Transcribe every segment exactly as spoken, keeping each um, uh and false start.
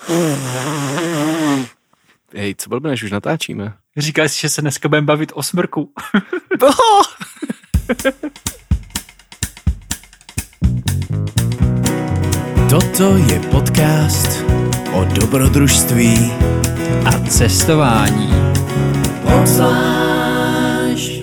Hej, co blbě, než už natáčíme? Říkáš si, že se dneska budeme bavit o smrku. Toto je podcast o dobrodružství a cestování. Obzvlášť.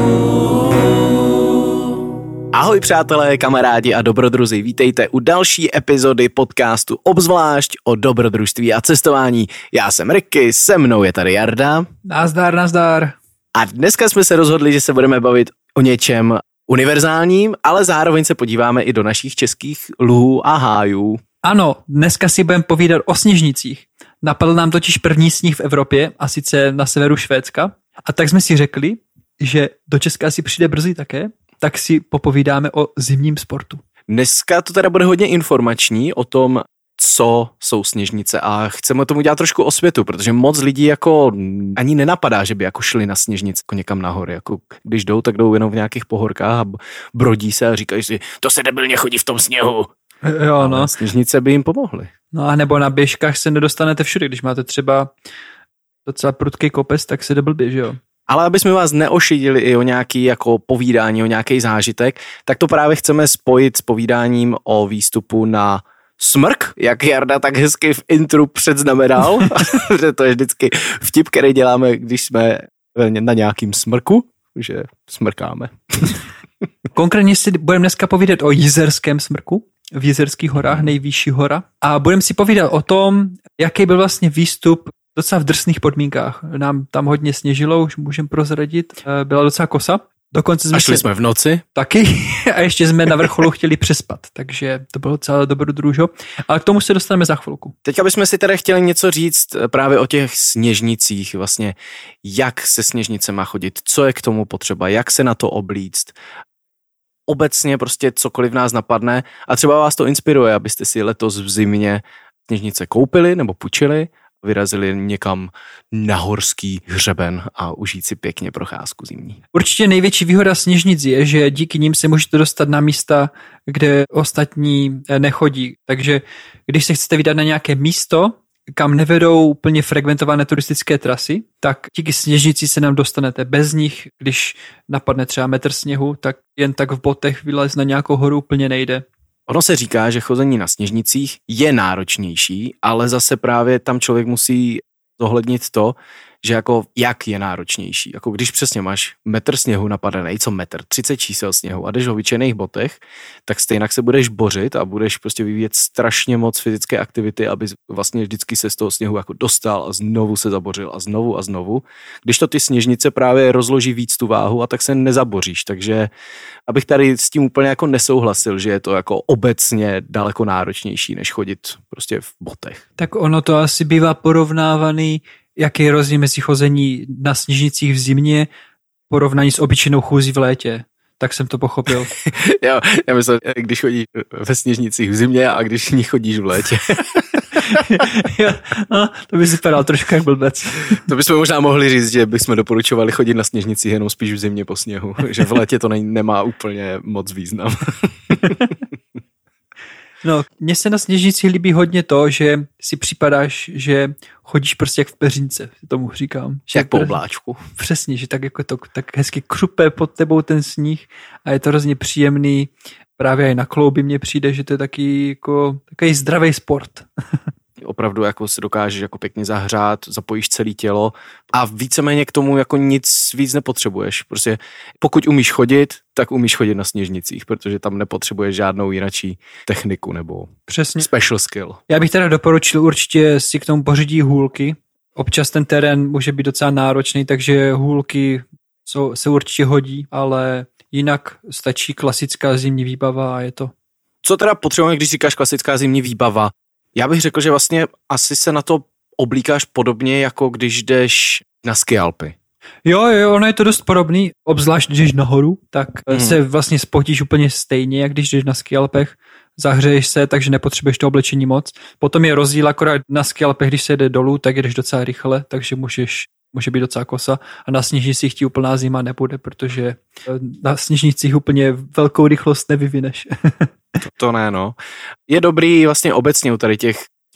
Ahoj přátelé, kamarádi a dobrodruzi, vítejte u další epizody podcastu Obzvlášť o dobrodružství a cestování. Já jsem Ricky, se mnou je tady Jarda. Nazdar, nazdar. A dneska jsme se rozhodli, že se budeme bavit o něčem univerzálním, ale zároveň se podíváme i do našich českých luhů a hájů. Ano, dneska si budeme povídat o sněžnicích. Napadl nám totiž první sníh v Evropě, a sice na severu Švédska. A tak jsme si řekli, že do Česka si přijde brzy také, tak si popovídáme o zimním sportu. Dneska to teda bude hodně informační o tom, co jsou sněžnice, a chceme tomu dělat trošku osvětu, protože moc lidí jako ani nenapadá, že by jako šli na sněžnice jako někam nahoru. Jako když jdou, tak jdou jenom v nějakých pohorkách a brodí se a říkají si, to se debilně chodí v tom sněhu. Jo, no. A sněžnice by jim pomohly. No a nebo na běžkách se nedostanete všude, když máte třeba docela prudký kopec, tak se jde blbě, že jo? Ale aby jsme vás neošidili i o nějaký jako povídání, o nějaký zážitek, tak to právě chceme spojit s povídáním o výstupu na smrk, jak Jarda tak hezky v intru předznamenal, že to je vždycky vtip, který děláme, když jsme na nějakým smrku, že smrkáme. Konkrétně si budeme dneska povídat o Jizerském smrku, v Jizerských horách, nejvyšší hora. A budeme si povídat o tom, jaký byl vlastně výstup docela v drsných podmínkách. Nám tam hodně sněžilo, už můžeme prozradit. Byla docela kosa. Dokonce jsme a šli se... jsme v noci. Taky. A ještě jsme na vrcholu chtěli přespat, takže to bylo docela dobrodružo. Ale k tomu se dostaneme za chvilku. Teďka bychom si teda chtěli něco říct právě o těch sněžnicích, vlastně jak se sněžnicema chodit, co je k tomu potřeba, jak se na to oblíct. Obecně prostě cokoliv nás napadne a třeba vás to inspiruje, abyste si letos v zimě sněžnice koupili nebo půjčili, vyrazili někam na horský hřeben a užít si pěkně procházku zimní. Určitě největší výhoda sněžnic je, že díky nim se můžete dostat na místa, kde ostatní nechodí. Takže když se chcete vydat na nějaké místo, kam nevedou úplně frekventované turistické trasy, tak díky sněžnici se nám dostanete. Bez nich, když napadne třeba metr sněhu, tak jen tak v botech vylez na nějakou horu úplně nejde. Ono se říká, že chození na sněžnicích je náročnější, ale zase právě tam člověk musí zohlednit to, že jako jak je náročnější. Jako když přesně máš metr sněhu napadený, co metr, třicet čísel sněhu a jdeš v obyčejných botech, tak stejně se budeš bořit a budeš prostě vyvíjet strašně moc fyzické aktivity, aby vlastně vždycky se z toho sněhu jako dostal a znovu se zabořil a znovu a znovu. Když to ty sněžnice právě rozloží víc tu váhu a tak se nezaboříš, takže abych tady s tím úplně jako nesouhlasil, že je to jako obecně daleko náročnější, než chodit prostě v botech. Tak ono to asi bývá porovnávaný, jaký je rozdíl mezi chození na sněžnicích v zimě porovnání s obyčejnou chůzí v létě. Tak jsem to pochopil. jo, já myslím, když chodíš ve sněžnicích v zimě a když v nich chodíš v létě. jo, no, to by si vypadal trošku jak blbec. To bychom možná mohli říct, že bychom doporučovali chodit na sněžnicích jenom spíš v zimě po sněhu. Že v létě to ne, nemá úplně moc význam. No, mně se na sněžnici líbí hodně to, že si připadáš, že chodíš prostě jak v peřince, tomu říkám. Že jak po obláčku. Přesně, že tak jako to tak hezky krupe pod tebou ten sníh a je to hrozně příjemný. Právě i na kloubi mně přijde, že to je taky jako takový zdravý sport. Opravdu jako se dokážeš jako pěkně zahřát, zapojíš celé tělo a víceméně k tomu jako nic víc nepotřebuješ. Prostě pokud umíš chodit, tak umíš chodit na sněžnicích, protože tam nepotřebuješ žádnou jinačí techniku nebo přesně special skill. Já bych teda doporučil určitě si k tomu pořídit hůlky. Občas ten terén může být docela náročný, takže hůlky jsou, se určitě hodí, ale jinak stačí klasická zimní výbava a je to. Co teda potřebujeme, když říkáš klasická zimní výbava? Já bych řekl, že vlastně asi se na to oblíkáš podobně, jako když jdeš na ski Alpy. Jo, jo, ono je to dost podobný, obzvlášť když jdeš nahoru, tak mm. se vlastně spotíš úplně stejně, jak když jdeš na ski Alpech, zahřeješ se, takže nepotřebuješ to oblečení moc. Potom je rozdíl akorát na ski Alpech, když se jde dolů, tak jdeš docela rychle, takže můžeš, může být docela kosa a na sněžnicích ti úplná zima nebude, protože na sněžnicích úplně velkou rychlost nevyvineš. To ne, no. Je dobrý vlastně obecně u tady těch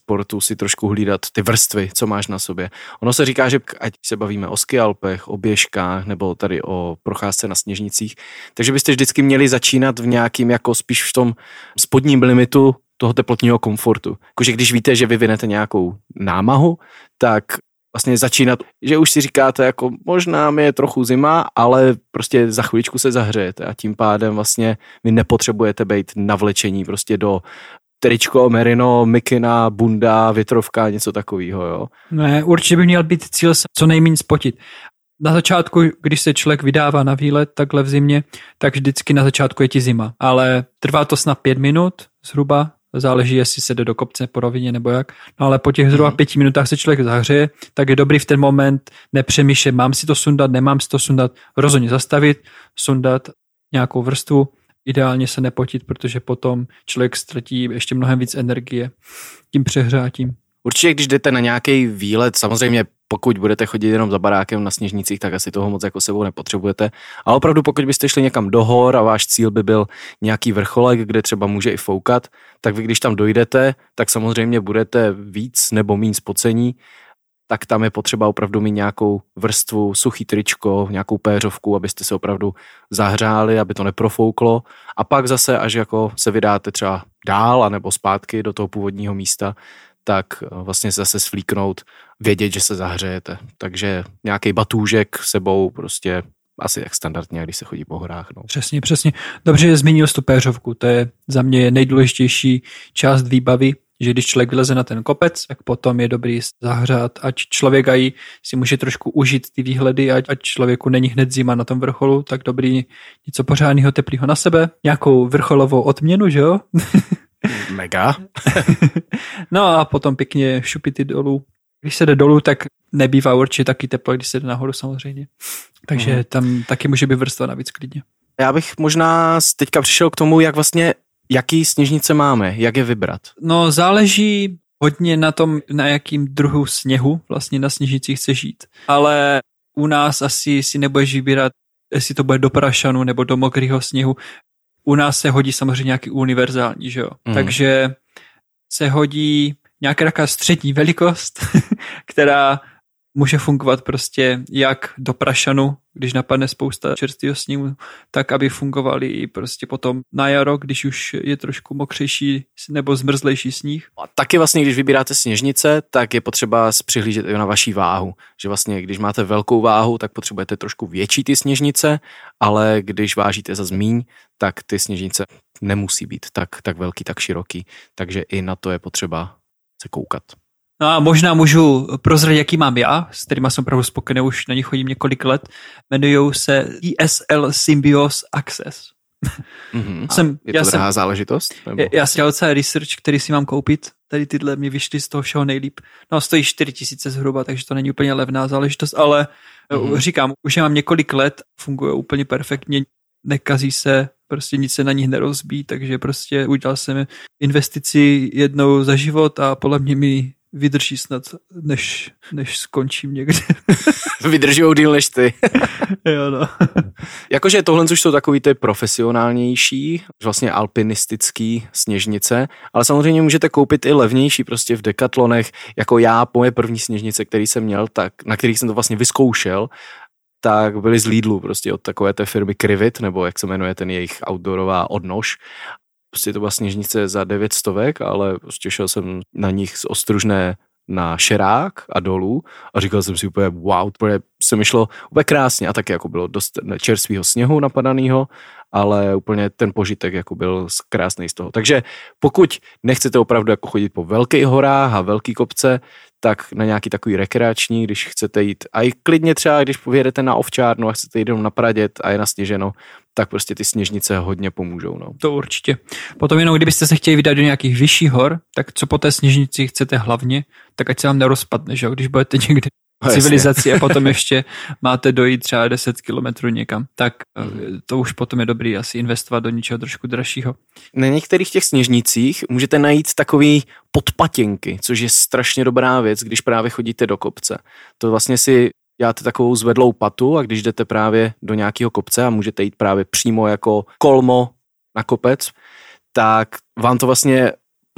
sportu si trošku hlídat ty vrstvy, co máš na sobě. Ono se říká, že ať se bavíme o skialpech, o běžkách nebo tady o procházce na sněžnicích, takže byste vždycky měli začínat v nějakým jako spíš v tom spodním limitu toho teplotního komfortu. Jakože když víte, že vyvinete nějakou námahu, tak vlastně začínat, že už si říkáte, jako možná mi je trochu zima, ale prostě za chviličku se zahřejete a tím pádem vlastně vy nepotřebujete být navlečení prostě do tričko, merino, mikina, bunda, větrovka, něco takového, jo. Ne, určitě by měl být cíl se co nejméně spotit. Na začátku, když se člověk vydává na výlet takhle v zimě, tak vždycky na začátku je ti zima, ale trvá to snad pět minut zhruba, záleží, jestli se jde do kopce po rovině nebo jak, no ale po těch zhruba pěti minutách se člověk zahřeje, tak je dobrý v ten moment nepřemýšlet, mám si to sundat, nemám si to sundat, rozhodně zastavit, sundat nějakou vrstvu, ideálně se nepotit, protože potom člověk ztratí ještě mnohem víc energie tím přehrátím. Určitě, když jdete na nějaký výlet, samozřejmě pokud budete chodit jenom za barákem na sněžnicích, tak asi toho moc jako sebou nepotřebujete. A opravdu pokud byste šli někam do hor a váš cíl by byl nějaký vrcholek, kde třeba může i foukat, tak vy když tam dojdete, tak samozřejmě budete víc nebo míň spocení, tak tam je potřeba opravdu mít nějakou vrstvu, suchý tričko, nějakou péřovku, abyste se opravdu zahřáli, aby to neprofouklo. A pak zase, až jako se vydáte třeba dál anebo zpátky do toho původního místa, tak vlastně zase svlíknout, vědět, že se zahřejete. Takže nějaký batůžek sebou prostě asi jak standardně, když se chodí po horách. No. Přesně, přesně. Dobře, že zmínil jsi tu péřovku. To je za mě nejdůležitější část výbavy, že když člověk vyleze na ten kopec, tak potom je dobrý zahřát, ať člověk aj si může trošku užít ty výhledy, ať, ať člověku není hned zima na tom vrcholu, tak dobrý něco pořádného teplého na sebe, nějakou vrcholovou odměnu, že jo? Mega. No a potom pěkně šupity dolů. Když se jde dolů, tak nebývá určitě taky teplo, když se jde nahoru samozřejmě. Takže mm. tam taky může být vrstva navíc klidně. Já bych možná teďka přišel k tomu, jak vlastně, jaký sněžnice máme, jak je vybrat. No záleží hodně na tom, na jakým druhu sněhu vlastně na sněžnicích chce žít. Ale u nás asi si nebudeš vybírat, jestli to bude do prašanu nebo do mokrého sněhu. U nás se hodí samozřejmě nějaký univerzální, že jo. Mm. Takže se hodí nějaká taková střední velikost, která může fungovat prostě jak do prašanu, když napadne spousta čerstvého sněhu, tak aby fungovaly i prostě potom na jaro, když už je trošku mokřejší nebo zmrzlejší sníh. A taky vlastně, když vybíráte sněžnice, tak je potřeba přihlížet i na vaší váhu. Že vlastně, když máte velkou váhu, tak potřebujete trošku větší ty sněžnice, ale když vážíte za zmíň, tak ty sněžnice nemusí být tak, tak velký, tak široký. Takže i na to je potřeba se koukat. No a možná můžu prozradit, jaký mám já, s kterýma jsem opravdu spokojený, už na nich chodím několik let. Jmenujou se I S L Symbios Access. Mm-hmm. jsem, je to já drahá jsem, záležitost? Nebo? Já jsem dělal celý research, který si mám koupit. Tady tyhle mi vyšly z toho všeho nejlíp. No stojí čtyři tisíce zhruba, takže to není úplně levná záležitost, ale mm-hmm. říkám, už je mám několik let, funguje úplně perfektně, nekazí se, prostě nic se na nich nerozbí, takže prostě udělal jsem investici jednou za život a podle mě mi vydrží snad, než, než skončím někde. Vydržujou díl než ty. Jo, no. Jakože tohle už jsou takový ty profesionálnější, vlastně alpinistický sněžnice, ale samozřejmě můžete koupit i levnější prostě v Decathlonech, jako já, moje první sněžnice, který jsem měl, tak, na kterých jsem to vlastně vyzkoušel, tak byly z Lidlu prostě od takové té firmy Krivit, nebo jak se jmenuje ten jejich outdoorová odnož. Prostě to byla sněžnice za devět stovek, ale prostě šel jsem na nich z Ostružné na Šerák a dolů a říkal jsem si úplně wow, protože se mi šlo úplně krásně a taky jako bylo dost čerstvého sněhu napadanýho, ale úplně ten požitek jako byl krásný z toho. Takže pokud nechcete opravdu jako chodit po velkých horách a velký kopce, tak na nějaký takový rekreační, když chcete jít, a i klidně třeba, když pojedete na ovčárnu a chcete jít jenom na Praděd a je nasněženo, tak prostě ty sněžnice hodně pomůžou. No. To určitě. Potom jenom, kdybyste se chtěli vydat do nějakých vyšších hor, tak co po té sněžnici chcete hlavně, tak ať se vám nerozpadne, že jo? Když budete někde v civilizaci a potom ještě máte dojít třeba deset kilometrů někam, tak to už potom je dobrý asi investovat do něčeho trošku dražšího. Na některých těch sněžnicích můžete najít takový podpatěnky, což je strašně dobrá věc, když právě chodíte do kopce. To vlastně si děláte takovou zvedlou patu a když jdete právě do nějakého kopce a můžete jít právě přímo jako kolmo na kopec, tak vám to vlastně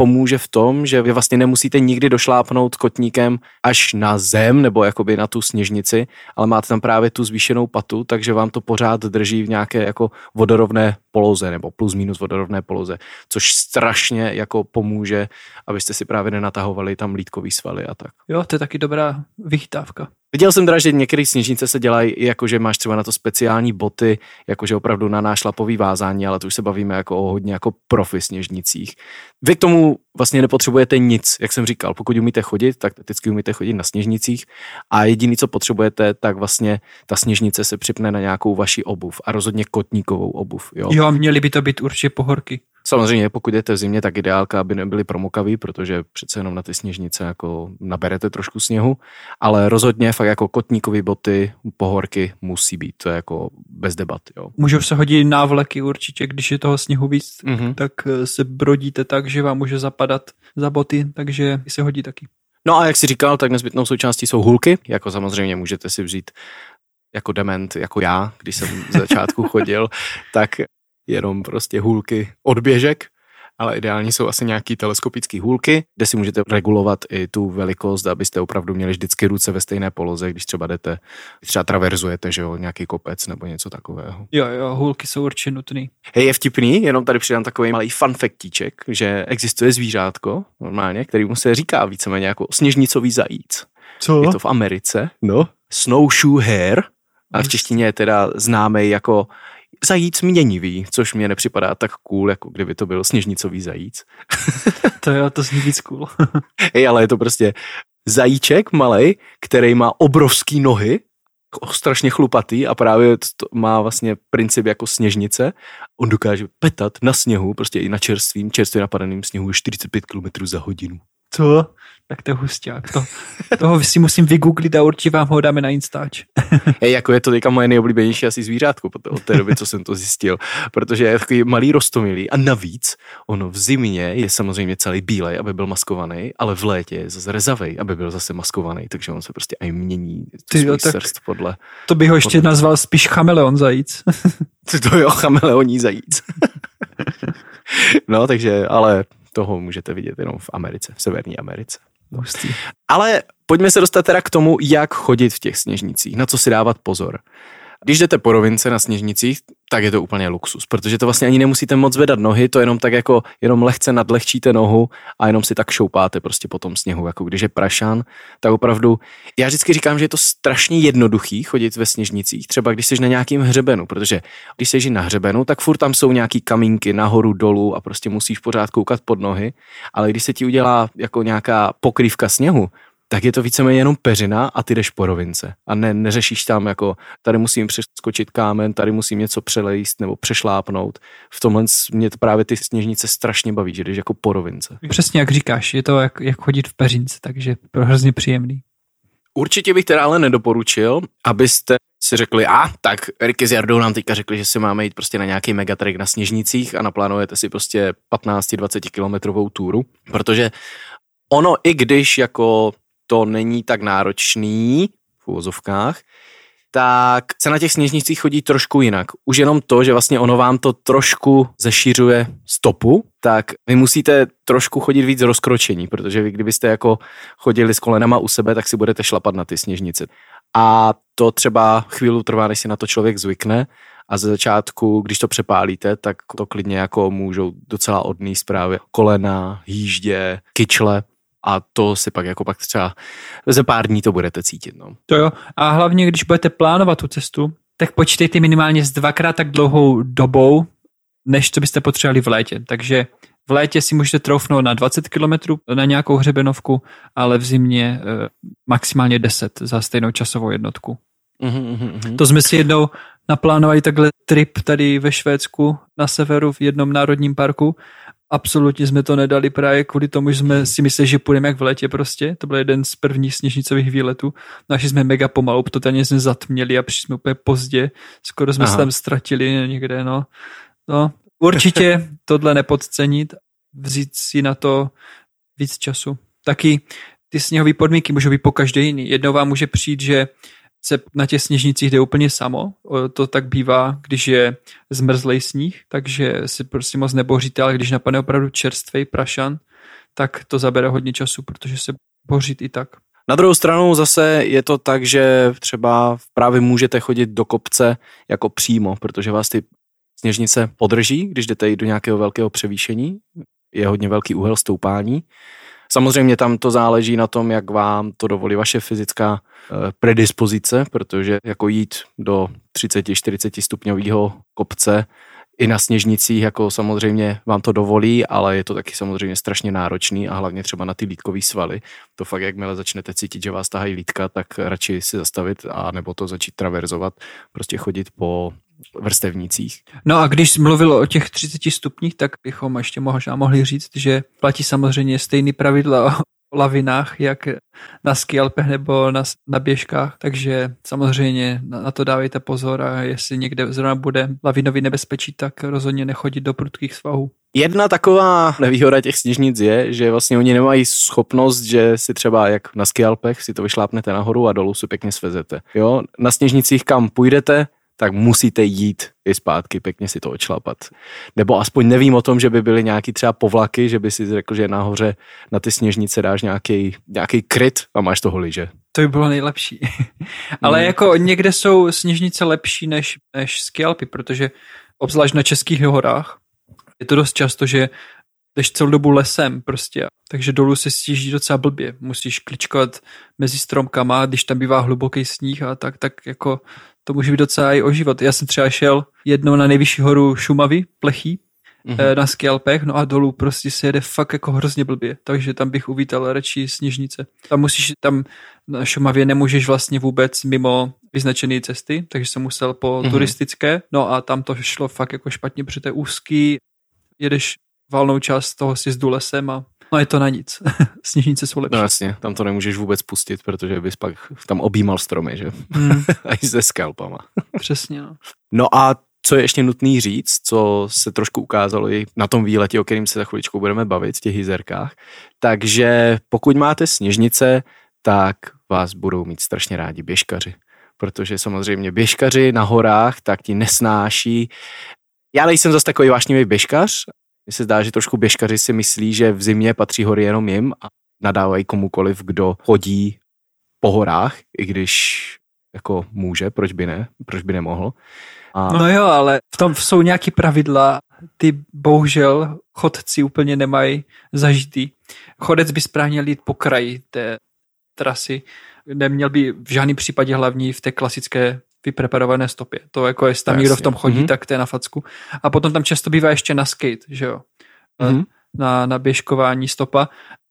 pomůže v tom, že vy vlastně nemusíte nikdy došlápnout kotníkem až na zem nebo jakoby na tu sněžnici, ale máte tam právě tu zvýšenou patu, takže vám to pořád drží v nějaké jako vodorovné poloze nebo plus minus vodorovné poloze, což strašně jako pomůže, abyste si právě nenatahovali tam lýtkový svaly a tak. Jo, to je taky dobrá vychytávka. Viděl jsem teda, že některé sněžnice se dělají, jakože máš třeba na to speciální boty, jakože opravdu na nášlapový vázání, ale to už se bavíme jako o hodně jako profi sněžnicích. Vy k tomu vlastně nepotřebujete nic, jak jsem říkal, pokud umíte chodit, tak vždycky umíte chodit na sněžnicích a jediný, co potřebujete, tak vlastně ta sněžnice se připne na nějakou vaši obuv a rozhodně kotníkovou obuv. Jo, jo a měly by to být určitě pohorky. Samozřejmě, pokud jdete v zimě, tak ideálka, aby nebyly promokaví, protože přece jenom na ty sněžnice jako naberete trošku sněhu, ale rozhodně fakt jako kotníkové boty, pohorky musí být, to je jako bez debat. Jo. Můžou se hodit návleky určitě, když je toho sněhu víc, Mm-hmm. tak se brodíte tak, že vám může zapadat za boty, takže se hodí taky. No a jak jsi říkal, tak nezbytnou součástí jsou hůlky, jako samozřejmě můžete si vzít jako dement, jako já, když jsem z začátku chodil, tak jenom prostě hůlky od běžek, ale ideální jsou asi nějaký teleskopický hůlky, kde si můžete regulovat i tu velikost, abyste opravdu měli vždycky ruce ve stejné poloze, když třeba jdete, třeba traverzujete, že jo, nějaký kopec nebo něco takového. Jo, jo, hůlky jsou určitě nutný. Hej, je vtipný, jenom tady přidám takový malý fun factíček, že existuje zvířátko, normálně, kterýmu se říká víceméně jako sněžnicový zajíc. Co? Je to v Americe, no, snowshoe hare, a v češtině je teda známý jako zajíc měnivý, což mě nepřipadá tak cool, jako kdyby to byl sněžnicový zajíc. To jo, to zní víc cool. Hej, ale je to prostě zajíček malej, který má obrovský nohy, strašně chlupatý a právě to má vlastně princip jako sněžnice. On dokáže petat na sněhu, prostě i na čerstvým, čerstvě napadaným sněhu čtyřicet pět kilometrů za hodinu. Co? Tak to je husťák. To, toho si musím vygooglit a určitě vám ho dáme na Instač. Hej, jako je to teďka moje nejoblíbenější asi zvířátko od té doby, co jsem to zjistil, protože je takový malý rostomilý a navíc ono v zimě je samozřejmě celý bílej, aby byl maskovaný, ale v létě je zase rezavej, aby byl zase maskovaný, takže on se prostě aj mění svůj srst podle... To bych ho ještě podle... nazval spíš chameleon zajíc. To jo, chameleoní zajíc. No, takže, ale toho můžete vidět jenom v Americe, v Severní Americe. Hustý. Ale pojďme se dostat teda k tomu, jak chodit v těch sněžnicích, na co si dávat pozor. Když jdete po rovince na sněžnicích, tak je to úplně luxus, protože to vlastně ani nemusíte moc zvedat nohy, to jenom tak jako, jenom lehce nadlehčíte nohu a jenom si tak šoupáte prostě po tom sněhu, jako když je prašan, tak opravdu, já vždycky říkám, že je to strašně jednoduchý chodit ve sněžnicích, třeba když jsi na nějakým hřebenu, protože když jsi na hřebenu, tak furt tam jsou nějaký kamínky nahoru, dolů a prostě musíš pořád koukat pod nohy, ale když se ti udělá jako nějaká pokrývka sněhu, tak je to víceméně jenom peřina a ty jdeš po rovince. A ne, neřešíš tam jako, tady musím přeskočit kámen, tady musím něco přelejst nebo přešlápnout. V tomhle mě to právě ty sněžnice strašně baví, že jdeš jako po rovince. Přesně jak říkáš, je to jak, jak chodit v peřince, takže to hrozně příjemný. Určitě bych teda ale nedoporučil, abyste si řekli, a tak Ricky s Jardou nám teďka řekli, že si máme jít prostě na nějaký megatrek na sněžnicích a naplánujete si prostě patnáct dvacet kilometrovou túru, protože ono, i když jako to není tak náročný v uvozovkách, tak se na těch sněžnicích chodí trošku jinak. Už jenom to, že vlastně ono vám to trošku zešířuje stopu, tak vy musíte trošku chodit víc rozkročení, protože vy kdybyste jako chodili s kolenama u sebe, tak si budete šlapat na ty sněžnice. A to třeba chvíli trvá, než si na to člověk zvykne a ze začátku, když to přepálíte, tak to klidně jako můžou docela odníst právě kolena, jíždě, kyčle. A to si pak jako pak třeba ze pár dní to budete cítit. No. To jo. A hlavně, když budete plánovat tu cestu, tak počítejte minimálně s dvakrát tak dlouhou dobou, než co byste potřebovali v létě. Takže v létě si můžete troufnout na dvacet kilometrů na nějakou hřebenovku, ale v zimě eh, maximálně deset za stejnou časovou jednotku. Uhum, uhum. To jsme si jednou naplánovali takhle trip tady ve Švédsku na severu v jednom národním parku. Absolutně jsme to nedali právě kvůli tomu, že jsme si mysleli, že půjdeme jak v létě prostě. To byl jeden z prvních sněžnicových výletů. Naši jsme mega pomalu, totálně jsme zatměli a přišli jsme úplně pozdě. Skoro jsme Aha. se tam ztratili někde, no. no. Určitě tohle nepodcenit, vzít si na to víc času. Taky ty sněhové podmínky můžou být po každé jiný. Jednou vám může přijít, že se na těch sněžnicích jde úplně samo. To tak bývá, když je zmrzlej sníh, takže si prostě moc neboříte, ale když napadne opravdu čerstvej prašan, tak to zabere hodně času, protože se bořit i tak. Na druhou stranu zase je to tak, že třeba právě můžete chodit do kopce jako přímo, protože vás ty sněžnice podrží, když jdete jít do nějakého velkého převýšení, je hodně velký úhel stoupání. Samozřejmě tam to záleží na tom, jak vám to dovolí vaše fyzická predispozice, protože jako jít do třicet až čtyřicet stupňového kopce i na sněžnicích, jako samozřejmě vám to dovolí, ale je to taky samozřejmě strašně náročný a hlavně třeba na ty lítkový svaly. To fakt, jakmile začnete cítit, že vás tahají lítka, tak radši si zastavit a nebo to začít traverzovat, prostě chodit po vrstevnících. No a když jsi mluvil o těch třiceti stupních, tak bychom ještě možná mohli říct, že platí samozřejmě stejný pravidla o lavinách, jak na skialpech nebo na, na běžkách, takže samozřejmě na, na to dávejte pozor a jestli někde zrovna bude lavinový nebezpečí, tak rozhodně nechodit do prudkých svahů. Jedna taková nevýhoda těch sněžnic je, že vlastně oni nemají schopnost, že si třeba jak na skialpech si to vyšlápnete nahoru a dolů si pěkně svezete. Jo? Na sněžnicích kam půjdete, tak musíte jít i zpátky, pěkně si to odšlapat. Nebo aspoň nevím o tom, že by byly nějaký třeba povlaky, že by si řekl, že nahoře na ty sněžnice dáš nějaký, nějaký kryt a máš toho lyže. To by bylo nejlepší. Ale hmm. jako někde jsou sněžnice lepší než, než skialpy, protože obzvlášť na českých horách je to dost často, že jdeš celou dobu lesem prostě, takže dolů se stíží docela blbě. Musíš kličkovat mezi stromkama, když tam bývá hluboký sníh a tak, tak jako to může být docela i o život. Já jsem třeba šel jednou na nejvyšší horu Šumavy, Plechý, mm-hmm. na skialpech, no a dolů prostě se jede fakt jako hrozně blbě, takže tam bych uvítal radši sněžnice. Tam musíš, tam na Šumavě nemůžeš vlastně vůbec mimo vyznačené cesty, takže jsem musel po mm-hmm. turistické, no a tam to šlo fakt jako špatně, protože to je úzký, jedeš valnou část toho sjezdu lesem a no je to na nic. Sněžnice jsou lepší. No jasně, tam to nemůžeš vůbec pustit, protože bys pak tam objímal stromy, že? Hmm. A i se skalpama. Přesně, no. No a co je ještě nutný říct, co se trošku ukázalo i na tom výletě, o kterým se za chviličku budeme bavit v těch jizerkách, takže pokud máte sněžnice, tak vás budou mít strašně rádi běžkaři. Protože samozřejmě běžkaři na horách tak ti nesnáší. Já nejsem zase takový vášnivý běžkař. Mně se zdá, že trošku běžkaři si myslí, že v zimě patří hory jenom jim a nadávají komukoliv, kdo chodí po horách, i když jako může, proč by ne, proč by nemohl. A... No jo, ale v tom jsou nějaký pravidla, ty bohužel chodci úplně nemají zažitý. Chodec by správně jít po kraji té trasy, neměl by v žádném případě hlavní v té klasické vypreparované stopě. To jako jestli tam někdo v tom chodí, mm-hmm. tak to je na facku. A potom tam často bývá ještě na skate, že jo? Mm-hmm. Na, na běžkování stopa.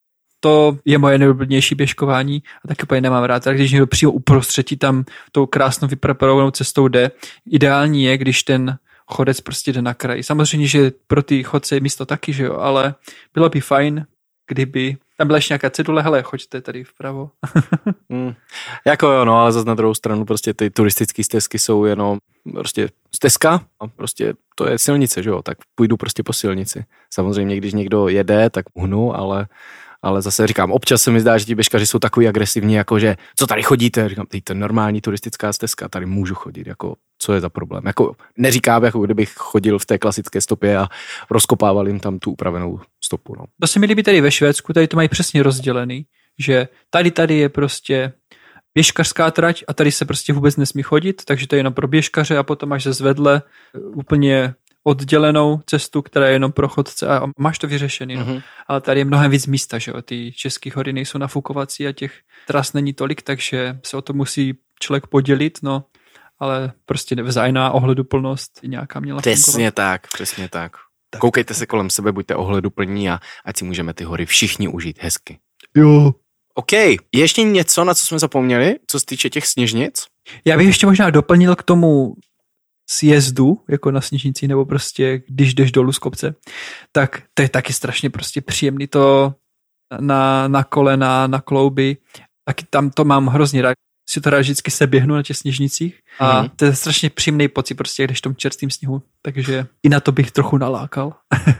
To je moje nejoblíbenější běžkování a taky úplně nemám rád. Tak když někdo přímo uprostřed tam tou krásnou vypreparovanou cestou jde, ideální je, když ten chodec prostě jde na kraj. Samozřejmě, že pro ty chodce je místo taky, že jo? Ale bylo by fajn, kdyby tam byla ještě nějaká cedule, hele, choďte tady vpravo. hmm. Jako jo, no, ale zase na druhou stranu prostě ty turistické stezky jsou jenom prostě stezka a prostě to je silnice, že jo, tak půjdu prostě po silnici. Samozřejmě, když někdo jede, tak uhnu, ale, ale zase říkám, občas se mi zdá, že ti běžkaři jsou takový agresivní, jako že co tady chodíte, říkám, teď to je normální turistická stezka, tady můžu chodit, jako co je za problém. Jako, neříkám, jako kdybych chodil v té klasické stopě a rozkopával jim tam tu upravenou stopu. No. To se mi líbí tady ve Švédsku, tady to mají přesně rozdělený, že tady tady je prostě běžkařská trať a tady se prostě vůbec nesmí chodit, takže to je jenom pro běžkaře a potom máš zase vedle úplně oddělenou cestu, která je jenom pro chodce a máš to vyřešený. No. Mm-hmm. Ale tady je mnohem víc místa, že jo? Ty české hory nejsou nafukovací a těch tras není tolik, takže se o to musí člověk podělit, no. Ale prostě vzájemná ohleduplnost nějaká měla fungovat. Přesně tak, přesně tak. tak. Koukejte se kolem sebe, buďte ohleduplní a ať si můžeme ty hory všichni užít hezky. Jo. OK, je ještě něco, na co jsme zapomněli, co se týče těch sněžnic? Já bych ještě možná doplnil k tomu sjezdu, jako na sněžnici, nebo prostě když jdeš dolů z kopce, tak to je taky strašně prostě příjemný to na, na kolena, na klouby. Taky tam to mám hrozně rád. Si to rád vždycky se běhnu na těch sněžnicích a mm. to je strašně příjemný pocit, prostě když v tom čerstvém sněhu, takže i na to bych trochu nalákal.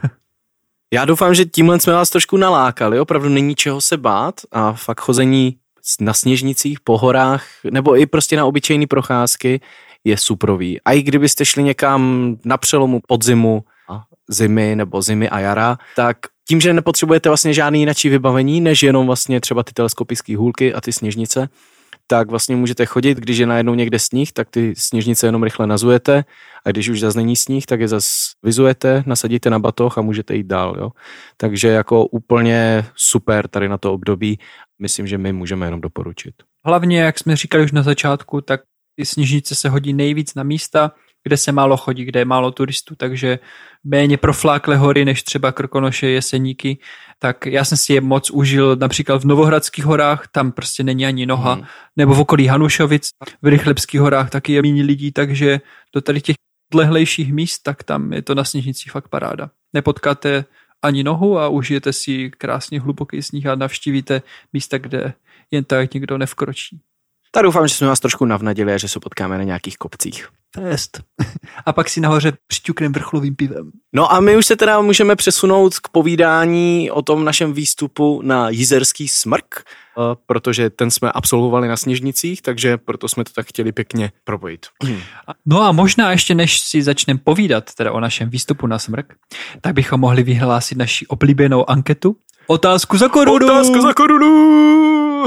Já doufám, že tímhle jsme vás trošku nalákali, opravdu není čeho se bát a fakt chození na sněžnicích, po horách, nebo i prostě na obyčejné procházky je suprový. A i kdybyste šli někam na přelomu podzimu a zimy nebo zimy a jara, tak tím, že nepotřebujete vlastně žádný jináčí vybavení, než jenom vlastně třeba ty teleskopické hůlky a ty sněžnice, tak vlastně můžete chodit, když je najednou někde sníh, tak ty sněžnice jenom rychle nazujete a když už zase není sníh, tak je zase vyzujete, nasadíte na batoh a můžete jít dál. Jo? Takže jako úplně super tady na to období, myslím, že my můžeme jenom doporučit. Hlavně, jak jsme říkali už na začátku, tak ty sněžnice se hodí nejvíc na místa, kde se málo chodí, kde je málo turistů, takže méně profláklé hory než třeba Krkonoše, Jeseníky, tak já jsem si je moc užil například v Novohradských horách, tam prostě není ani noha, hmm. nebo v okolí Hanušovic, v Rychlebských horách taky je méně lidí, takže do tady těch odlehlejších míst, tak tam je to na sněžnicích fakt paráda. Nepotkáte ani nohu a užijete si krásně hluboký sníh a navštívíte místa, kde jen tak nikdo nevkročí. Tak doufám, že jsme vás trošku navnadili a že se potkáme na nějakých kopcích. Fest. A pak si nahoře přiťukneme vrcholovým pivem. No a my už se teda můžeme přesunout k povídání o tom našem výstupu na Jizerský smrk, protože ten jsme absolvovali na Sněžnicích, takže proto jsme to tak chtěli pěkně propojit. No a možná ještě než si začneme povídat teda o našem výstupu na smrk, tak bychom mohli vyhlásit naši oblíbenou anketu. Otázku za korunu! Otázku za korunu!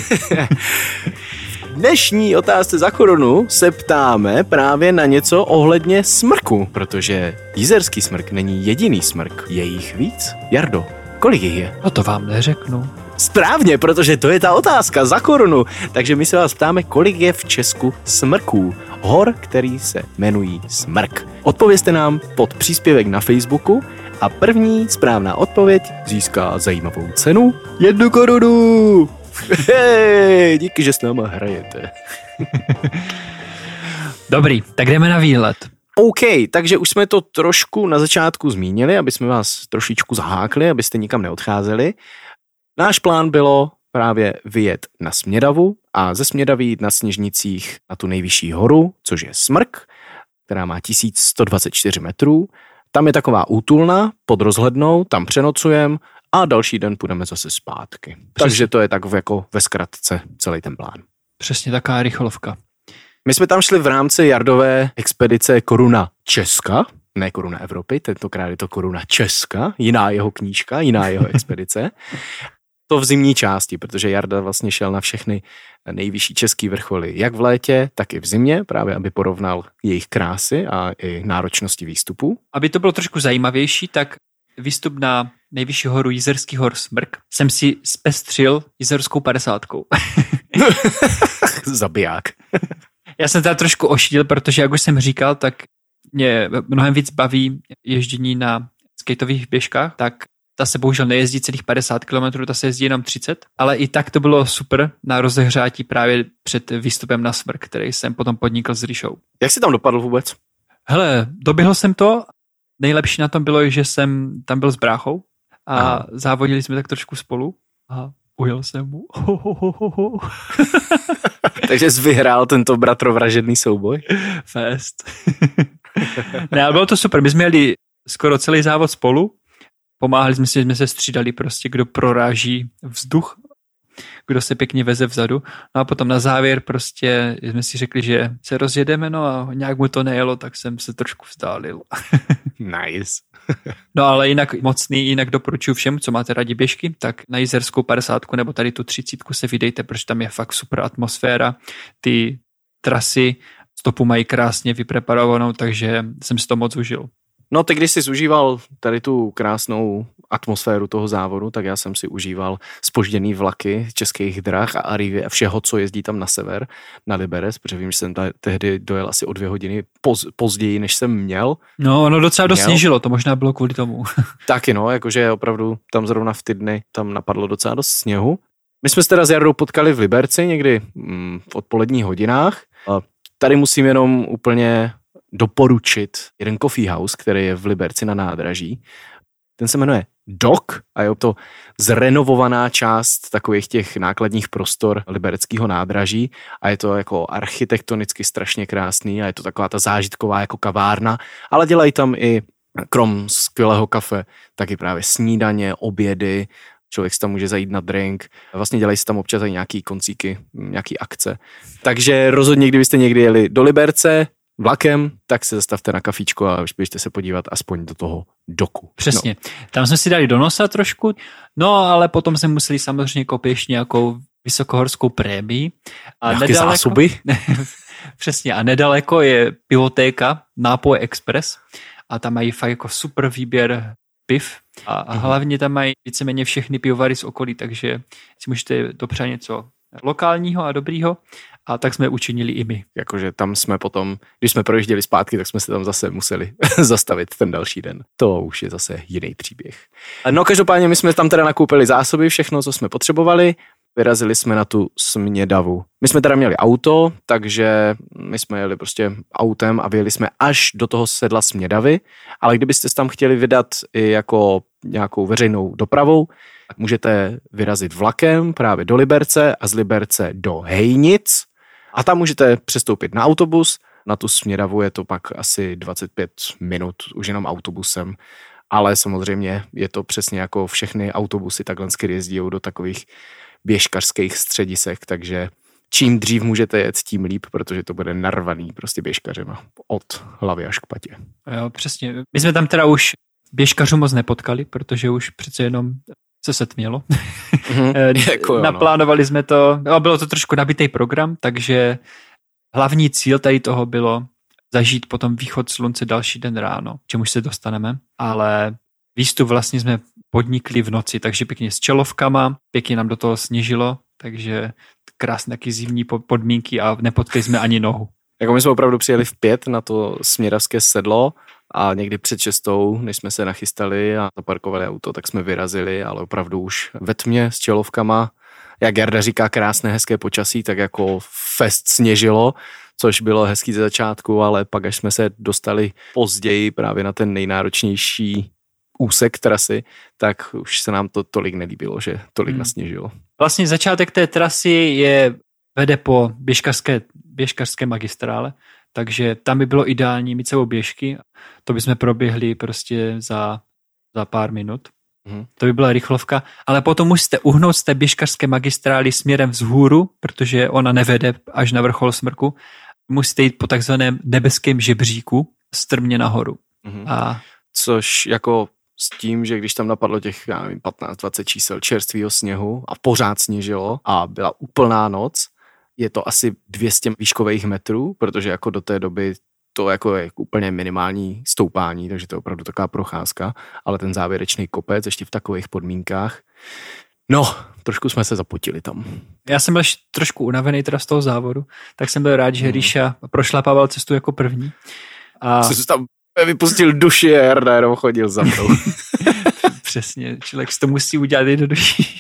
V dnešní otázce za korunu se ptáme právě na něco ohledně smrku, protože Jizerský smrk není jediný smrk, je jich víc. Jardo, kolik jich je? No to vám neřeknu. Správně, protože to je ta otázka za korunu. Takže my se vás ptáme, kolik je v Česku smrků, hor, který se jmenují smrk. Odpovězte nám pod příspěvek na Facebooku a první správná odpověď získá zajímavou cenu. Jednu korunu! Hej, díky, že s náma hrajete. Dobrý, tak jdeme na výlet. OK, takže už jsme to trošku na začátku zmínili, aby jsme vás trošičku zahákli, abyste nikam neodcházeli. Náš plán bylo právě vyjet na Smědavu a ze Smědavy jít na Sněžnicích na tu nejvyšší horu, což je Smrk, která má tisíc sto dvacet čtyři metrů. Tam je taková útulna pod rozhlednou, tam přenocujeme a další den půjdeme zase zpátky. Přesně. Takže to je tak jako ve zkratce celý ten plán. Přesně taková rychlovka. My jsme tam šli v rámci Jardové expedice Koruna Česka, ne Koruna Evropy, tentokrát je to Koruna Česka, jiná jeho knížka, jiná jeho expedice. To v zimní části, protože Jarda vlastně šel na všechny nejvyšší český vrcholy, jak v létě, tak i v zimě, právě aby porovnal jejich krásy a i náročnosti výstupu. Aby to bylo trošku zajímavější, tak výstup na nejvyšší horu Jizerský hor Smrk jsem si zpestřil jizerskou padesátkou. Zabiják. Já jsem teda trošku ošidil, protože jak už jsem říkal, tak mě mnohem víc baví ježdění na skateových běžkách, tak ta se bohužel nejezdí celých padesát kilometrů, ta se jezdí jenom třicet, ale i tak to bylo super na rozehřátí právě před výstupem na Smrk, který jsem potom podnikl s Ríšou. Jak jsi tam dopadl vůbec? Hele, doběhl jsem to, nejlepší na tom bylo, že jsem tam byl s bráchou a Aha. závodili jsme tak trošku spolu a ujel jsem mu. Ho, ho, ho, ho, ho. Takže jsi vyhrál tento bratrovražedný souboj? Fest. Ne, ale bylo to super, my jsme jeli skoro celý závod spolu, pomáhali jsme si, jsme se střídali prostě, kdo proráží vzduch, kdo se pěkně veze vzadu. No a potom na závěr prostě jsme si řekli, že se rozjedeme, no a nějak mu to nejelo, tak jsem se trošku vzdálil. Nice. No ale jinak mocný, jinak doporučuji všem, co máte rádi běžky, tak na Jizerskou padesátku nebo tady tu třicítku se vydejte, protože tam je fakt super atmosféra. Ty trasy stopu mají krásně vypreparovanou, takže jsem si to moc užil. No ty, když jsi užíval tady tu krásnou atmosféru toho závodu, tak já jsem si užíval zpožděný vlaky českých drah a Arrivy a všeho, co jezdí tam na sever, na Liberec, protože vím, že jsem ta, tehdy dojel asi o dvě hodiny poz, později, než jsem měl. No, ono docela dost sněžilo, to možná bylo kvůli tomu. Taky no, jakože opravdu tam zrovna v ty dny tam napadlo docela dost sněhu. My jsme se teda s Jardou potkali v Liberci někdy mm, v odpoledních hodinách. A tady musím jenom úplně doporučit jeden coffee house, který je v Liberci na nádraží. Ten se jmenuje Dok a je to zrenovovaná část takových těch nákladních prostor libereckého nádraží a je to jako architektonicky strašně krásný a je to taková ta zážitková jako kavárna, ale dělají tam i krom skvělého kafe, taky právě snídaně, obědy, člověk si tam může zajít na drink, vlastně dělají si tam občas i nějaký koncíky, nějaký akce. Takže rozhodně, kdybyste někdy jeli do Liberce, vlakem, tak se zastavte na kafíčko a už běžte se podívat aspoň do toho doku. Přesně. No. Tam jsme si dali do nosa trošku, no ale potom jsme museli samozřejmě koupit nějakou vysokohorskou prémii. A Nějaké nedaleko, zásoby? Přesně. A nedaleko je pivotéka Nápoje Express a tam mají fakt jako super výběr piv a, a hlavně tam mají víceméně všechny pivovary z okolí, takže si můžete dopřát něco lokálního a dobrýho a tak jsme učinili i my. Jakože tam jsme potom, když jsme projížděli zpátky, tak jsme se tam zase museli zastavit ten další den. To už je zase jiný příběh. No každopádně my jsme tam teda nakoupili zásoby, všechno, co jsme potřebovali. Vyrazili jsme na tu Smědavu. My jsme teda měli auto, takže my jsme jeli prostě autem a vyjeli jsme až do toho sedla Smědavy, ale kdybyste se tam chtěli vydat i jako nějakou veřejnou dopravou, tak můžete vyrazit vlakem právě do Liberce a z Liberce do Hejnic a tam můžete přestoupit na autobus. Na tu Smědavu je to pak asi dvacet pět minut už jenom autobusem, ale samozřejmě je to přesně jako všechny autobusy takhle jezdí do takových běžkařských středisek, takže čím dřív můžete jet, tím líp, protože to bude narvaný prostě běžkařema od hlavy až k patě. Jo, přesně. My jsme tam teda už běžkařů moc nepotkali, protože už přece jenom se setmělo. Mm-hmm. jako jo, Naplánovali no. jsme to, no, bylo to trošku nabitý program, takže hlavní cíl tady toho bylo zažít potom východ slunce další den ráno, čemuž se dostaneme, ale výstup vlastně jsme podnikli v noci, takže pěkně s čelovkama, pěkně nám do toho sněžilo, takže krásné taky zimní podmínky a nepotkali jsme ani nohu. Jako my jsme opravdu přijeli v pět na to smědavské sedlo a někdy před šestou, než jsme se nachystali a zaparkovali auto, tak jsme vyrazili, ale opravdu už ve tmě s čelovkama, jak Jarda říká, krásné, hezké počasí, tak jako fest sněžilo, což bylo hezký ze začátku, ale pak až jsme se dostali později právě na ten nejnáročnější úsek trasy, tak už se nám to tolik nelíbilo, že tolik hmm. nasněžilo. Vlastně začátek té trasy je vede po běžkařské, běžkařské magistrále, takže tam by bylo ideální mít sebou běžky. To bychom proběhli prostě za, za pár minut. Hmm. To by byla rychlovka, ale potom musíte uhnout z té běžkařské magistrály směrem vzhůru, protože ona nevede až na vrchol smrku. Musíte jít po takzvaném nebeském žebříku strmě nahoru. Hmm. A což jako s tím, že když tam napadlo těch, já nevím, patnáct dvacet čísel čerstvého sněhu a pořád sněžilo a byla úplná noc, je to asi dvě stě výškových metrů, protože jako do té doby to jako je úplně minimální stoupání, takže to je opravdu taková procházka, ale ten závěrečný kopec ještě v takových podmínkách, no, trošku jsme se zapotili tam. Já jsem byl trošku unavený teda z toho závodu, tak jsem byl rád, že Ríša prošlapával cestu jako první. A jsi tam vypustil duši a Jarda jenom chodil za mnou. Přesně, člověk si to musí udělat jednodušší.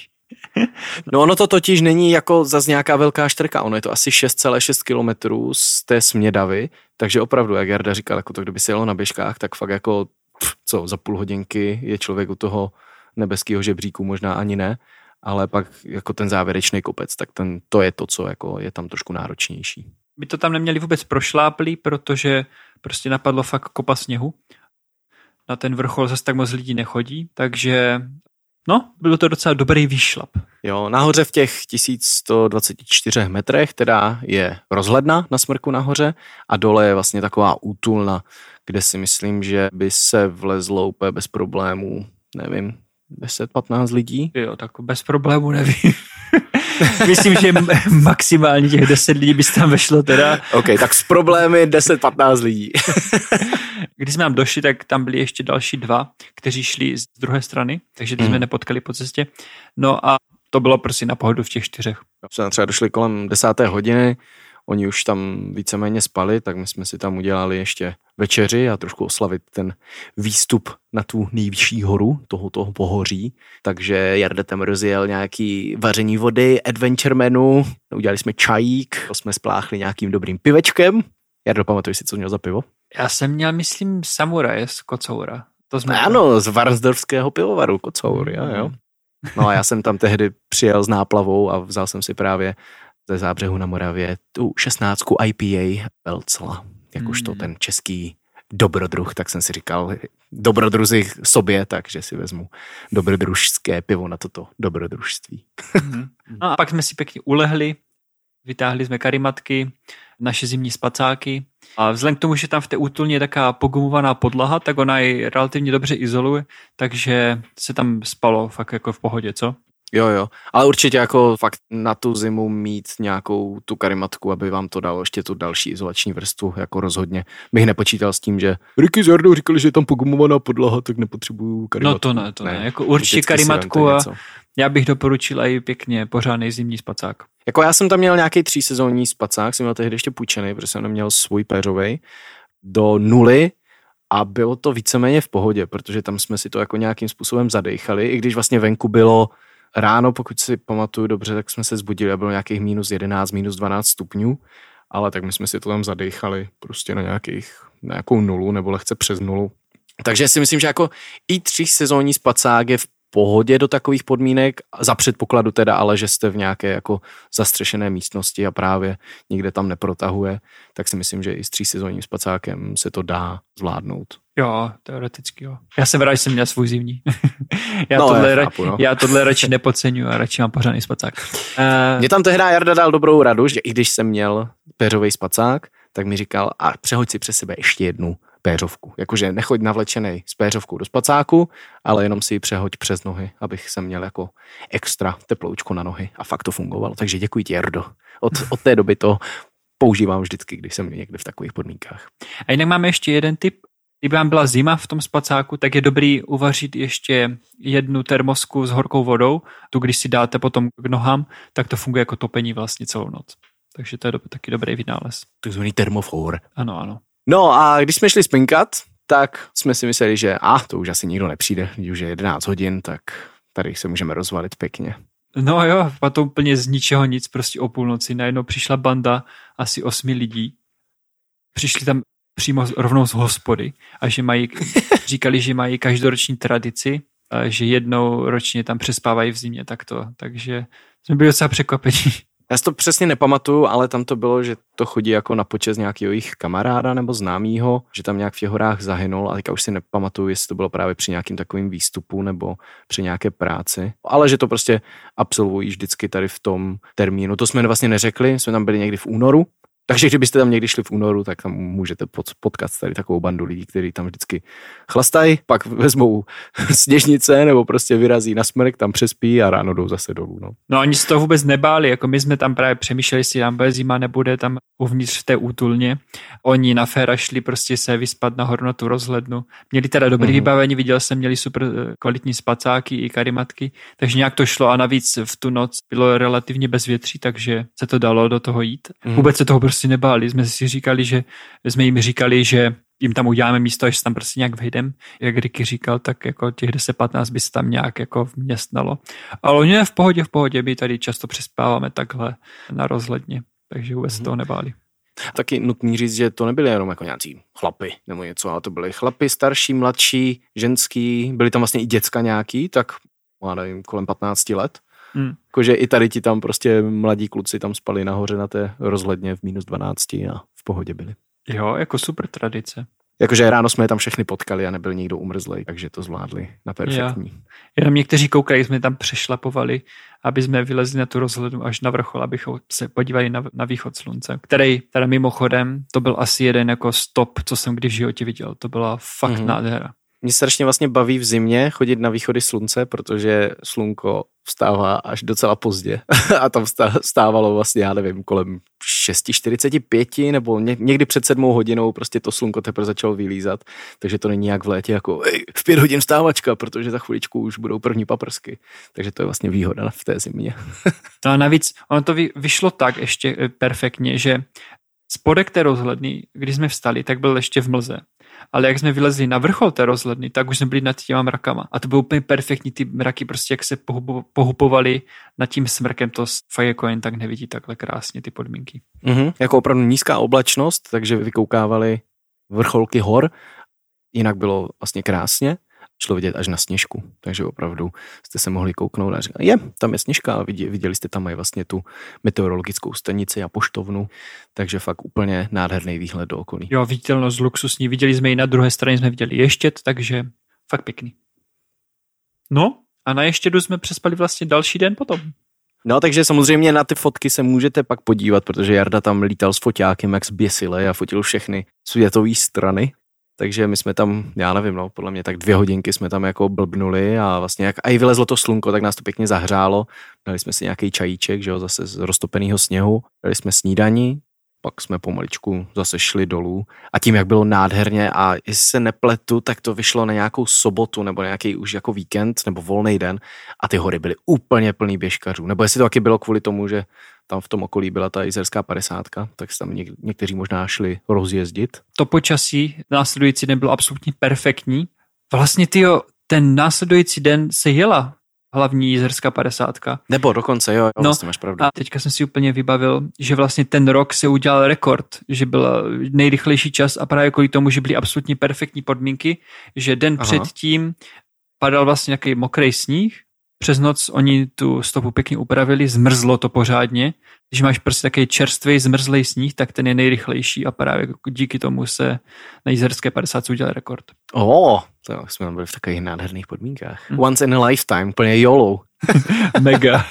No ono to totiž není jako zase nějaká velká štrka, ono je to asi šest celá šest kilometrů z té Smědavy, takže opravdu, jak Jarda říkal, jako to, kdyby se jelo na běžkách, tak fakt jako, pff, co, za půl hodinky je člověk u toho nebeského žebříku, možná ani ne, ale pak jako ten závěrečný kopec, tak ten, to je to, co jako je tam trošku náročnější. My to tam neměli vůbec prošláplý, protože prostě napadlo fakt kopa sněhu. Na ten vrchol zase tak moc lidí nechodí, takže no, bylo to docela dobrý výšlap. Jo, nahoře v těch tisíc sto dvacet čtyři metrech teda je rozhledna na smrku nahoře a dole je vlastně taková útulna, kde si myslím, že by se vlezlo úplně bez problémů, nevím, deset patnáct lidí. Jo, tak bez problémů nevím. Myslím, že maximálně těch deset lidí by tam vešlo teda. OK, tak s problémy deset patnáct lidí. Když jsme tam došli, tak tam byli ještě další dva, kteří šli z druhé strany, takže ty hmm. jsme nepotkali po cestě. No a to bylo prostě na pohodu v těch čtyřech. Jsme třeba došli kolem desáté hodiny, oni už tam víceméně spali, tak my jsme si tam udělali ještě večeři a trošku oslavit ten výstup na tu nejvyšší horu toho, toho pohoří. Takže Jarda tam rozjel nějaký vaření vody, adventure menu, udělali jsme čajík, to jsme spláchli nějakým dobrým pivečkem. Jardo, pamatuješ si, co měl za pivo? Já jsem měl, myslím, samuraje z Kocoura. To jsme ano, z Varnsdorfského pivovaru Kocour, jo, jo. No a já jsem tam tehdy přijel s náplavou a vzal jsem si právě ze Zábřehu na Moravě tu šestnáctku I P A Velcla, jakožto hmm. ten český dobrodruh, tak jsem si říkal, dobrodruzi sobě, takže si vezmu dobrodružské pivo na toto dobrodružství. Hmm. No a pak jsme si pěkně ulehli, vytáhli jsme karimatky, naše zimní spacáky A vzhledem k tomu, že tam v té útulně je taká pogumovaná podlaha, tak ona ji relativně dobře izoluje, takže se tam spalo fakt jako v pohodě, co? Jo, jo, ale určitě jako fakt na tu zimu mít nějakou tu karimatku, aby vám to dalo ještě tu další izolační vrstvu, jako rozhodně. Bych nepočítal s tím, že Ricky s Jardou říkali, že je tam pogumovaná podlaha, tak nepotřebuju karimatku. No to ne, to ne, ne. Jako určitě karimatku a já bych doporučil i pěkně pořádný zimní spacák. Jako já jsem tam měl nějaký třísezónní spacák, jsem měl tehdy ještě půjčený, protože jsem neměl svůj péřovej do nuly a bylo to víceméně v pohodě, protože tam jsme si to jako nějakým způsobem zadejchali, i když vlastně venku bylo ráno, pokud si pamatuju dobře, tak jsme se zbudili a bylo nějakých minus jedenáct, minus dvanáct stupňů, ale tak my jsme si to tam zadechali prostě na nějakých, na nějakou nulu nebo lehce přes nulu. Takže si myslím, že jako i třísezónní spacák je v pohodě do takových podmínek, za předpokladu teda, ale že jste v nějaké jako zastřešené místnosti a právě nikde tam neprotahuje, tak si myslím, že i s třísezónním spacákem se to dá zvládnout. Jo, teoreticky jo. Já jsem rád, že jsem měl svůj zimní. já, no, tohle, já, chápu, no. já tohle radši nepodceňuji a radši mám pořádný spacák. Uh, Mě tam tehdy Jarda dal dobrou radu, že i když jsem měl péřovej spacák, tak mi říkal, a přehoď si přes sebe ještě jednu péřovku. Jakože nechoď navlečenej s péřovkou do spacáku, ale jenom si ji přehoď přes nohy, abych jsem měl jako extra teploučko na nohy. A fakt to fungovalo. Takže děkuji ti, Jardo. Od, od té doby to používám vždycky, když jsem někde v takových podmínkách. A jinak máme ještě jeden tip. Kdyby vám byla zima v tom spacáku, tak je dobrý uvařit ještě jednu termosku s horkou vodou. Tu, když si dáte potom k nohám, tak to funguje jako topení vlastně celou noc. Takže to je do, taky dobrý vynález. Takzvaný termofor. Ano, ano. No a když jsme šli spinkat, tak jsme si mysleli, že a to už asi nikdo nepřijde, když už je jedenáct hodin, tak tady se můžeme rozvalit pěkně. No jo, a to úplně z ničeho nic, prostě o půlnoci. Najednou přišla banda asi osmi lidí. Přišli tam přímo rovnou z hospody a že mají, říkali, že mají každoroční tradici, že jednou ročně tam přespávají v zimě takto, takže jsme byli docela překvapení. Já si to přesně nepamatuju, ale tam to bylo, že to chodí jako na počest nějakého jejich kamaráda nebo známýho, že tam nějak v těch horách zahynul a teďka už si nepamatuju, jestli to bylo právě při nějakým takovým výstupu nebo při nějaké práci, ale že to prostě absolvují vždycky tady v tom termínu. To jsme vlastně neřekli, jsme tam byli někdy v únoru. Takže kdybyste tam někdy šli v únoru, tak tam můžete potkat tady takovou bandu lidí, kteří tam vždycky chlastají, pak vezmou sněžnice nebo prostě vyrazí na smrk, tam přespí a ráno jdou zase dolů. No, no oni se toho vůbec nebáli, jako my jsme tam právě přemýšleli, jestli tam bude zima, nebude tam uvnitř v té útulně. Oni na féra šli prostě se vyspat nahoru na tu rozhlednu. Měli teda dobrý mm-hmm. vybavení, viděl jsem, měli super kvalitní spacáky i karimatky, takže nějak to šlo a navíc v tu noc bylo relativně bezvětří, takže se to dalo do toho jít. Mm-hmm. Vůbec se toho prostě nebáli. Jsme si říkali, že jsme jim říkali, že jim tam uděláme místo, až se tam prostě nějak vejdem. Jak Ricky říkal, tak jako těch deset patnáct by se tam nějak jako vměstnalo. Ale oni je v pohodě, v pohodě, my tady často přespáváme takhle na rozhledně, takže vůbec mm-hmm. toho nebáli. Taky nutný říct, že to nebyly jenom jako nějací chlapy nebo něco, ale to byly chlapy, starší, mladší, ženský, byly tam vlastně i děcka nějaký, tak má nevím, kolem patnácti let. Hmm. Jakože i tady ti tam prostě mladí kluci tam spali nahoře na té rozhledně v minus dvanácti a v pohodě byli. Jo, jako super tradice. Jakože ráno jsme je tam všechny potkali a nebyl nikdo umrzlej, takže to zvládli na perfektní. Jo. Jenom někteří koukají, jsme tam přešlapovali, aby jsme vylezli na tu rozhlednu až na vrchol, abychom se podívali na, na východ slunce, který teda mimochodem, to byl asi jeden jako stop, co jsem kdy v životě viděl. To byla fakt mm-hmm. nádhera. Mě strašně vlastně baví v zimě chodit na východy slunce, protože slunko vstává až docela pozdě a tam vstávalo vlastně, já nevím, kolem šest čtyřicet pět nebo někdy před sedmou hodinou prostě to slunko teprve začalo vylízat, takže to není jak v létě jako ej, v pět hodin vstávačka, protože za chviličku už budou první paprsky, takže to je vlastně výhoda v té zimě. To a navíc, ono to vyšlo tak ještě perfektně, že spodek té rozhledny, když jsme vstali, tak byl ještě v mlze. Ale jak jsme vylezli na vrchol té rozhledny, tak už jsme byli nad těma mrakama. A to bylo úplně perfektní, ty mraky prostě jak se pohupovaly nad tím smrkem, to fakt jako jen tak nevidí takhle krásně ty podmínky. Mm-hmm. Jako opravdu nízká oblačnost, takže vykoukávali vrcholky hor, jinak bylo vlastně krásně. Šlo vidět až na sněžku, takže opravdu jste se mohli kouknout a říkat, je, tam je sněžka a viděli, viděli jste tam i vlastně tu meteorologickou stanici a poštovnu, takže fakt úplně nádherný výhled do okolí. Jo, viditelnost luxusní, viděli jsme i na druhé straně, jsme viděli Ještěd, takže fakt pěkný. No a na Ještědu jsme přespali vlastně další den potom. No, takže samozřejmě na ty fotky se můžete pak podívat, protože Jarda tam lítal s foťákem jak zběsile a fotil všechny světové strany. Takže my jsme tam, já nevím, no, podle mě tak dvě hodinky jsme tam jako blbnuli a vlastně jak i vylezlo to slunko, tak nás to pěkně zahřálo. Dali jsme si nějaký čajíček, že jo, zase z roztopeného sněhu. Dali jsme snídani, pak jsme pomaličku zase šli dolů a tím, jak bylo nádherně a jestli se nepletu, tak to vyšlo na nějakou sobotu nebo nějaký už jako víkend nebo volný den a ty hory byly úplně plný běžkařů. Nebo jestli to taky bylo kvůli tomu, že tam v tom okolí byla ta Jizerská padesátka, tak se tam něk- někteří možná šli rozjezdit. To počasí následující den bylo absolutně perfektní. Vlastně tyjo, ten následující den se jela hlavní Jizerská padesátka. Nebo dokonce, jo, jo no, vlastně máš pravdu. A teďka jsem si úplně vybavil, že vlastně ten rok se udělal rekord, že byl nejrychlejší čas a právě kvůli tomu, že byly absolutně perfektní podmínky, že den Aha. předtím padal vlastně nějaký mokrý sníh, přes noc oni tu stopu pěkně upravili, zmrzlo to pořádně. Když máš prostě takový čerstvý zmrzlej sníh, tak ten je nejrychlejší a právě díky tomu se na Jizerské padesátce udělal rekord. Oh, to jsme tam byli v takových nádherných podmínkách. Hmm. Once in a lifetime, plně YOLO. Mega.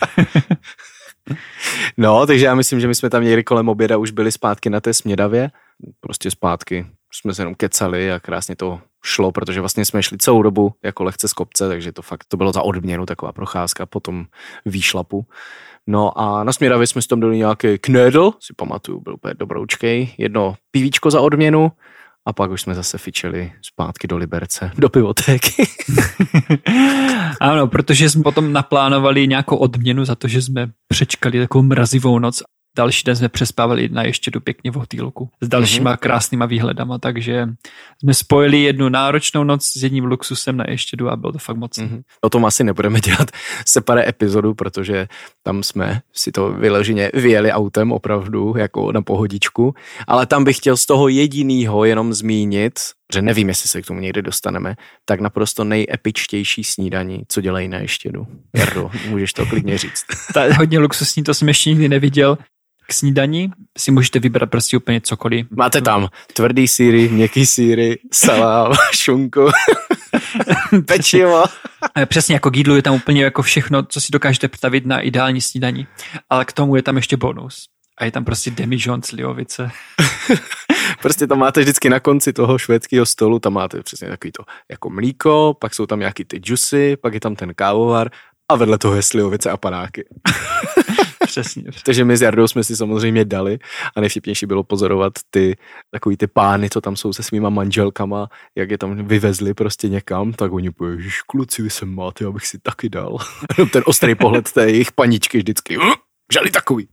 No, takže já myslím, že my jsme tam někdy kolem oběda už byli zpátky na té Smědavě. Prostě zpátky jsme se jenom kecali a krásně to šlo, protože vlastně jsme šli celou dobu jako lehce z kopce, takže to fakt to bylo za odměnu taková procházka po tom výšlapu. No a na Smědavě jsme si tam dali nějaký knödel, si pamatuju, byl úplně dobroučkej, jedno pivíčko za odměnu a pak už jsme zase fičeli zpátky do Liberce, do pivotéky. Ano, protože jsme potom naplánovali nějakou odměnu za to, že jsme přečkali takovou mrazivou noc. Další den jsme přespávali na Ještědu pěkně v hotýlku s dalšíma mm-hmm. krásnýma výhledama, takže jsme spojili jednu náročnou noc s jedním luxusem na Ještědu a bylo to fakt moc. Mm-hmm. O tom asi nebudeme dělat separé epizodu, protože tam jsme si to vyloženě vyjeli autem opravdu jako na pohodičku, ale tam bych chtěl z toho jedinýho jenom zmínit, že nevím, jestli se k tomu někdy dostaneme, tak naprosto nejepičtější snídaní, co dělají na Ještědu. Jardo, můžeš to klidně říct. Ta hodně luxusní, to jsem ještě nikdy neviděl. K snídani si můžete vybrat prostě úplně cokoliv. Máte tam tvrdý sýry, měkký sýry, salám, šunku, pečivo. Přesně jako k jídlu je tam úplně jako všechno, co si dokážete představit na ideální snídani. Ale k tomu je tam ještě bonus. A je tam prostě demijohn slivovice. Prostě tam máte vždycky na konci toho švédského stolu, tam máte přesně takový to jako mlíko, pak jsou tam nějaký ty džusy, pak je tam ten kávovar a vedle toho je slivovice a panáky. Přesně. Takže my s Jardou jsme si samozřejmě dali a nejvtipnější bylo pozorovat ty takový ty pány, co tam jsou se svýma manželkama, jak je tam vyvezli prostě někam, tak oni pojí, ježiš, kluci, vy se máte, abych si taky dal. Ten ostrý pohled té jejich paničky vždycky, žali takový.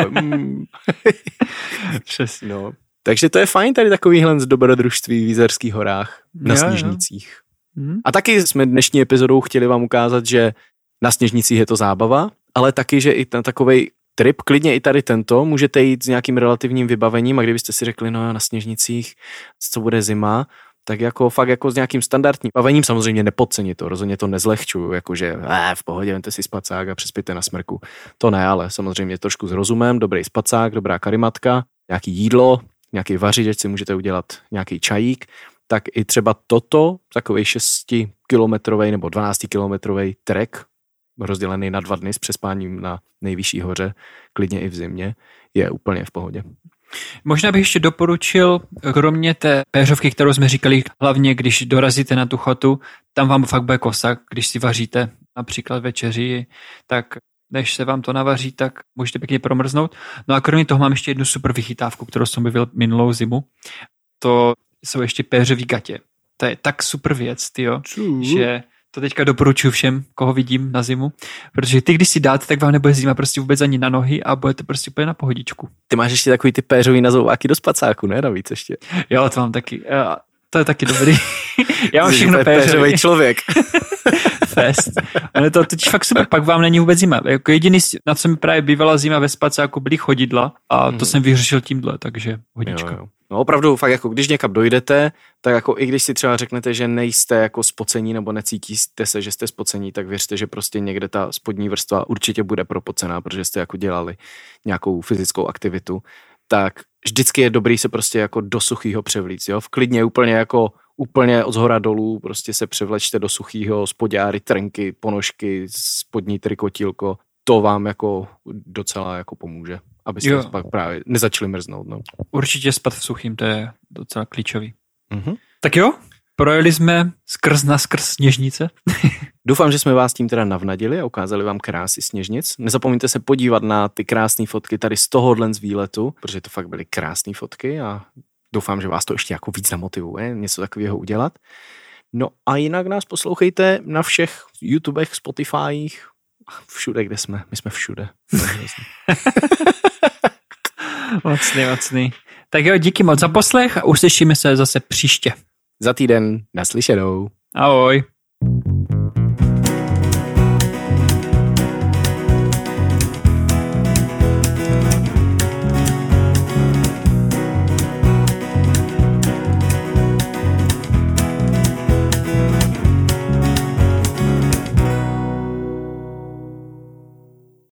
Přesně. No. Takže to je fajn tady takovýhle z dobrodružství v Jizerských horách na jo, Sněžnicích. Jo. A taky jsme dnešní epizodou chtěli vám ukázat, že na Sněžnicích je to zábava, ale taky, že i ten takovej trip, klidně i tady tento, můžete jít s nějakým relativním vybavením a kdybyste si řekli, no na Sněžnicích, co bude zima, tak jako fakt jako s nějakým standardním vybavením, samozřejmě nepodcenit to, rozhodně to nezlehčuju, jakože eh, v pohodě, vemte si spacák a přespěte na smrku. To ne, ale samozřejmě trošku s rozumem, dobrý spacák, dobrá karimatka, nějaký jídlo, nějaký vařič, ať si můžete udělat nějaký čajík, tak i třeba toto, takovej šestikilometrovej nebo dvanáctikilometrovej trek, rozdělený na dva dny s přespáním na nejvyšší hoře, klidně i v zimě, je úplně v pohodě. Možná bych ještě doporučil, kromě té péřovky, kterou jsme říkali, hlavně když dorazíte na tu chatu, tam vám fakt bude kosa, když si vaříte například večeři, tak než se vám to navaří, tak můžete pěkně promrznout. No a kromě toho mám ještě jednu super vychytávku, kterou jsem objevil minulou zimu. To jsou ještě péřový gatě. To je tak super věc, tyjo, že to teďka doporučuji všem, koho vidím na zimu, protože ty, když si dáte, tak vám nebude zima prostě vůbec ani na nohy a budete prostě úplně na pohodičku. Ty máš ještě takový ty péřový nazouváky do spacáku, ne? Navíc ještě. Jo, to mám taky. To je taky dobrý. Já mám všechno péřový. Péřový člověk. Fest. Ale to totiž fakt super, pak vám není vůbec zima. Jako jediný, na co mi právě bývala zima ve spacáku, byly chodidla a to mm. jsem vyřešil tímhle, takže hodička. Jo, jo. No opravdu, fakt jako když někam dojdete, tak jako i když si třeba řeknete, že nejste jako spocení nebo necítíte se, že jste spocení, tak věřte, že prostě někde ta spodní vrstva určitě bude propocená, protože jste jako dělali nějakou fyzickou aktivitu, tak vždycky je dobrý se prostě jako do suchýho převlíct, jo, v klidně úplně jako úplně od zhora dolů, prostě se převlečte do suchýho, spodňáry, trenky, ponožky, spodní trikotílko, to vám jako docela jako pomůže, abyste Jo. pak právě nezačali mrznout. No. Určitě spát v suchým, to je docela klíčový. Mhm. Tak jo, projeli jsme skrz na skrz Sněžnice. Doufám, že jsme vás tím teda navnadili a ukázali vám krásy Sněžnic. Nezapomeňte se podívat na ty krásné fotky tady z tohohle z výletu, protože to fakt byly krásné fotky a doufám, že vás to ještě jako víc namotivuje něco takového udělat. No a jinak nás poslouchejte na všech YouTubech, Spotifyích, všude, kde jsme. My jsme všude. Mocný, mocný. Tak jo, díky moc za poslech a uslyšíme se zase příště. Za týden naslyšenou. Ahoj.